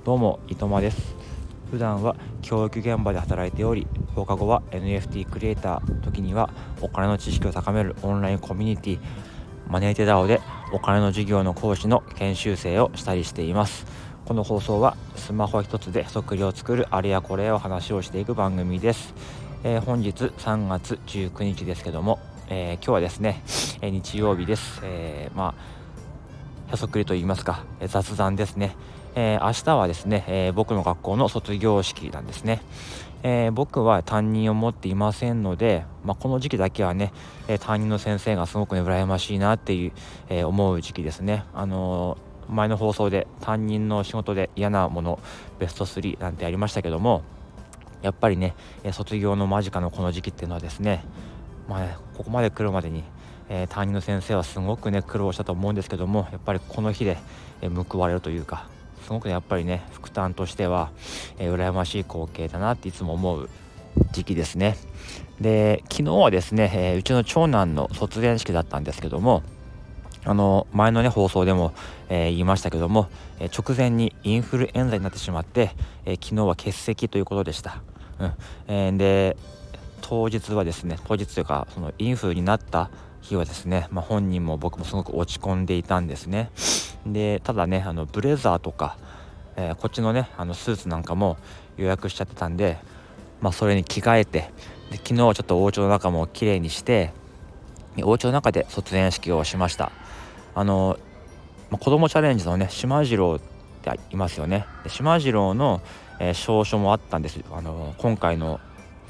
どうも、いとまです。普段は教育現場で働いており、放課後は NFT クリエイター、時にはお金の知識を高めるオンラインコミュニティマネーテダオでお金の授業の講師の研修生をしたりしています。この放送はスマホ一つで測量を作るあれやこれを話をしていく番組です。本日3月19日ですけども、今日はですね、日曜日です。へそくりと言いますか、雑談ですね。明日はですね、僕の学校の卒業式なんですね。僕は担任を持っていませんので、この時期だけはね、担任の先生がすごくね羨ましいなっていう、思う時期ですね。前の放送で担任の仕事で嫌なものベスト3なんてありましたけども、やっぱりね、卒業の間近のこの時期っていうのはですね、ここまで来るまでに、担任の先生はすごくね苦労したと思うんですけども、やっぱりこの日で、報われるというか、すごくねやっぱりね副担としては、羨ましい光景だなっていつも思う時期ですね。で、昨日はですね、うちの長男の卒園式だったんですけども、前のね放送でも、言いましたけども、直前にインフルエンザになってしまって、昨日は欠席ということでした。で、当日というかそのインフルになった日はですね、本人も僕もすごく落ち込んでいたんですね。で、ただねブレザーとか、こっちのねスーツなんかも予約しちゃってたんで、それに着替えて、で昨日はちょっとお家の中もきれいにして、お家の中で卒園式をしました。子供チャレンジのね島次郎っていますよね。で島次郎の、証書もあったんです。今回の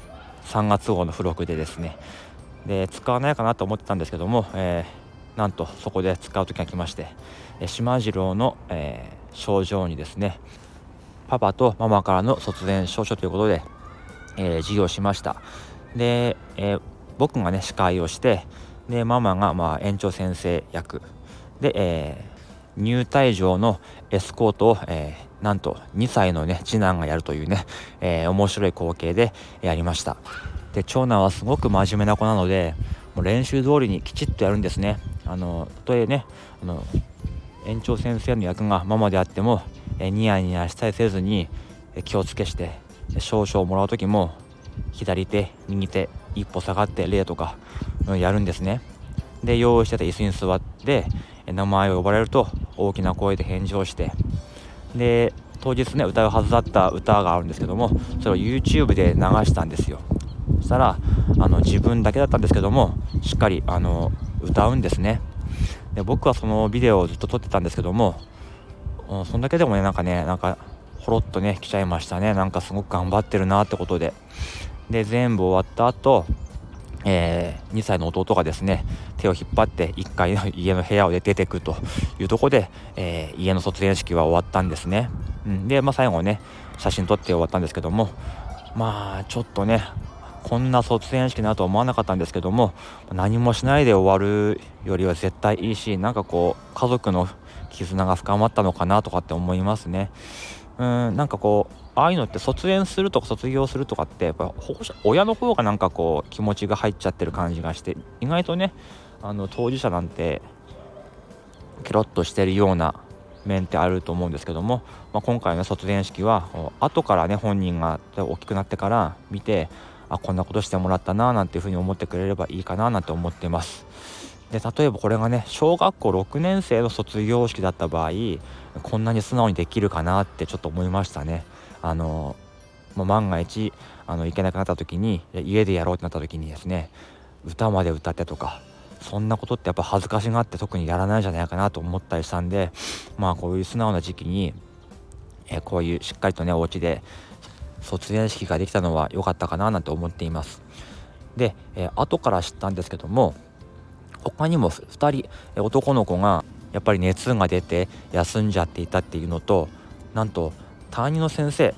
3月号の付録でですね、で使わないかなと思ってたんですけども、なんとそこで使う時が来まして、島次郎の、賞状にですね、パパとママからの卒園証書ということで、授業しました。で、僕がね司会をして、でママが園長先生役で、入退場のエスコートを、なんと2歳のね次男がやるというね、面白い光景でやりました。で、長男はすごく真面目な子なので、もう練習通りにきちっとやるんですね。とえね園長先生の役がママであっても、ニヤニヤしたりせずに、気をつけして、証書をもらう時も左手右手一歩下がって礼とか、やるんですね。で、用意してた椅子に座って名前を呼ばれると大きな声で返事をして、で当日ね歌うはずだった歌があるんですけども、それを YouTube で流したんですよ。そしたら自分だけだったんですけども、しっかり歌うんですね。で、僕はそのビデオをずっと撮ってたんですけども、そんだけでもねなんかほろっとね来ちゃいましたね。なんかすごく頑張ってるなってことで。で、全部終わった後、2歳の弟がですね手を引っ張って1階の家の部屋を出てくるというところで、家の卒園式は終わったんですね。で、最後ね写真撮って終わったんですけども、ちょっとねこんな卒園式になるとは思わなかったんですけども、何もしないで終わるよりは絶対いいし、なんかこう家族の絆が深まったのかなとかって思いますね。なんかこうああいうのって卒園するとか卒業するとかってやっぱ保護者親の方がなんかこう気持ちが入っちゃってる感じがして、意外とね当事者なんてケロッとしてるような面ってあると思うんですけども、今回の卒園式は後からね本人が大きくなってから見て、こんなことしてもらったななんていうふうに思ってくれればいいかななんて思ってます。で、例えばこれがね小学校6年生の卒業式だった場合、こんなに素直にできるかなってちょっと思いましたね。もう万が一行けなくなった時に、家でやろうってなった時にですね、歌まで歌ってとか、そんなことってやっぱ恥ずかしがって特にやらないんじゃないかなと思ったりしたんで、こういう素直な時期に、こういうしっかりとねお家で卒園式ができたのは良かったかななんて思っています。で、後から知ったんですけども、他にも2人男の子がやっぱり熱が出て休んじゃっていたっていうのと、なんと担任の先生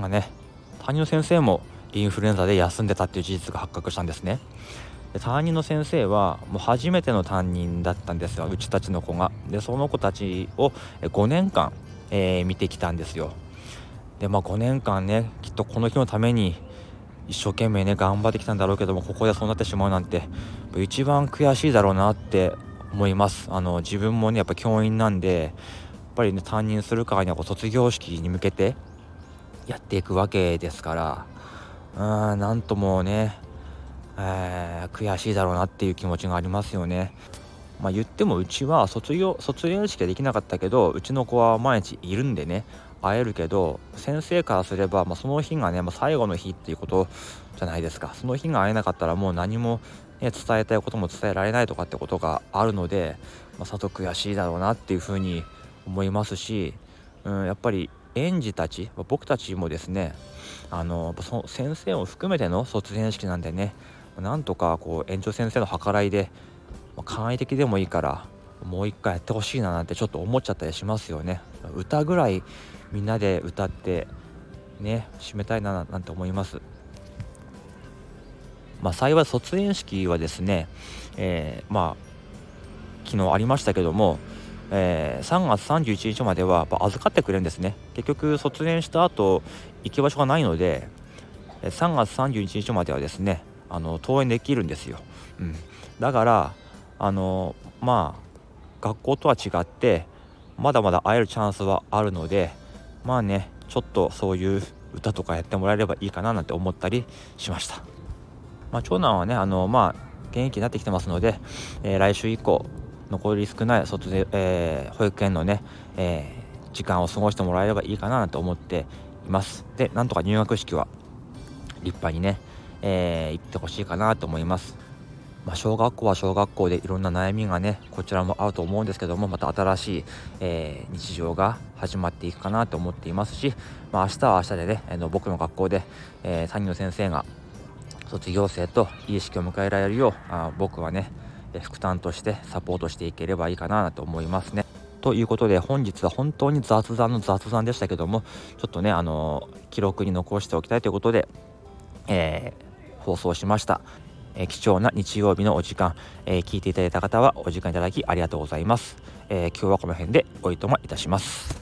もインフルエンザで休んでたっていう事実が発覚したんですね。で、担任の先生はもう初めての担任だったんですよ、うちたちの子が。で、その子たちを5年間、見てきたんですよ。で、5年間ねきっとこの日のために一生懸命ね頑張ってきたんだろうけども、ここでそうなってしまうなんて一番悔しいだろうなって思います。自分もねやっぱ教員なんで、 ぱりね担任するからには卒業式に向けてやっていくわけですから、なんともね、悔しいだろうなっていう気持ちがありますよね。言ってもうちは卒業式はできなかったけど、うちの子は毎日いるんでね会えるけど、先生からすれば、その日がね、最後の日っていうことじゃないですか。その日が会えなかったらもう何も、ね、伝えたいことも伝えられないとかってことがあるので、さぞ悔しいだろうなっていうふうに思いますし、やっぱり園児たち、僕たちもですね、その先生を含めての卒園式なんでね、なんとか園長先生の計らいで、簡易的でもいいからもう一回やってほしいななんてちょっと思っちゃったりしますよね。歌ぐらいみんなで歌ってね締めたいななんて思います。幸い卒園式はですね、昨日ありましたけども、3月31日までは預かってくれるんですね。結局卒園した後行き場所がないので、3月31日まではですね登園できるんですよ。だから学校とは違ってまだまだ会えるチャンスはあるので、ちょっとそういう歌とかやってもらえればいいかななんて思ったりしました。長男はね現役になってきてますので、来週以降残り少ない保育園のね、時間を過ごしてもらえればいいかなと思っています。で、なんとか入学式は立派にね、行ってほしいかなと思います。小学校は小学校でいろんな悩みがねこちらもあると思うんですけども、また新しい、日常が始まっていくかなと思っていますし、明日は明日でね僕の学校で、担任の先生が卒業生といい式を迎えられるよう僕はね副担としてサポートしていければいいかなと思いますね。ということで本日は本当に雑談の雑談でしたけども、ちょっとね記録に残しておきたいということで、放送しました。貴重な日曜日のお時間、聞いていただいた方はお時間いただきありがとうございます。今日はこの辺でおいとまいたします。